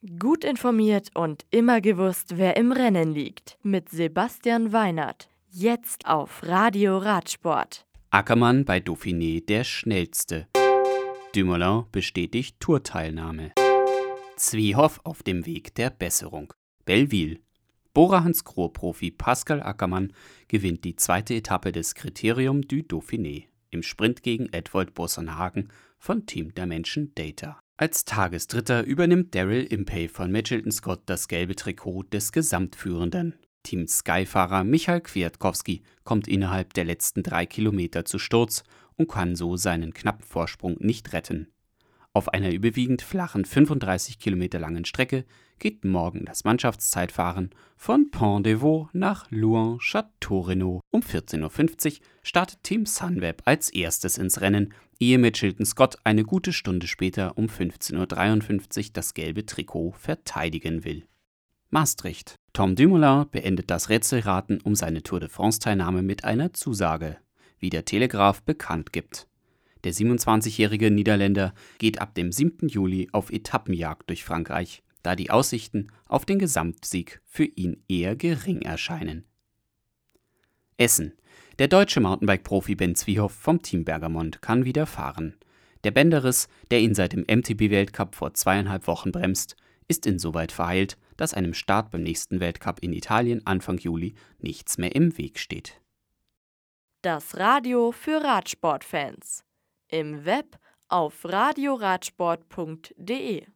Gut informiert und immer gewusst, wer im Rennen liegt. Mit Sebastian Weinert. Jetzt auf Radio Radsport. Ackermann bei Dauphiné der Schnellste. Dumoulin bestätigt Tourteilnahme. Zwiehoff auf dem Weg der Besserung. Belleville. Bora-Hansgrohe-Profi Pascal Ackermann gewinnt die zweite Etappe des Critérium du Dauphiné im Sprint gegen Edwold Boasson-Hagen von Team Dimension Data. Als Tagesdritter übernimmt Daryl Impey von Mitchelton Scott das gelbe Trikot des Gesamtführenden. Team Sky-Fahrer Michal Kwiatkowski kommt innerhalb der letzten 3 Kilometer zu Sturz und kann so seinen knappen Vorsprung nicht retten. Auf einer überwiegend flachen 35 Kilometer langen Strecke geht morgen das Mannschaftszeitfahren von Pont-de-Vaux nach Louhans-Château-Renaud. Um 14.50 Uhr startet Team Sunweb als erstes ins Rennen, ehe Mitchelton Scott eine gute Stunde später um 15.53 Uhr das gelbe Trikot verteidigen will. Maastricht. Tom Dumoulin beendet das Rätselraten um seine Tour de France-Teilnahme mit einer Zusage, wie der Telegraph bekannt gibt. Der 27-jährige Niederländer geht ab dem 7. Juli auf Etappenjagd durch Frankreich, da die Aussichten auf den Gesamtsieg für ihn eher gering erscheinen. Essen. Der deutsche Mountainbike-Profi Ben Zwiehoff vom Team Bergamont kann wieder fahren. Der Bänderriss, der ihn seit dem MTB-Weltcup vor 2,5 Wochen bremst, ist insoweit verheilt, dass einem Start beim nächsten Weltcup in Italien Anfang Juli nichts mehr im Weg steht. Das Radio für Radsportfans. Im Web auf radioradsport.de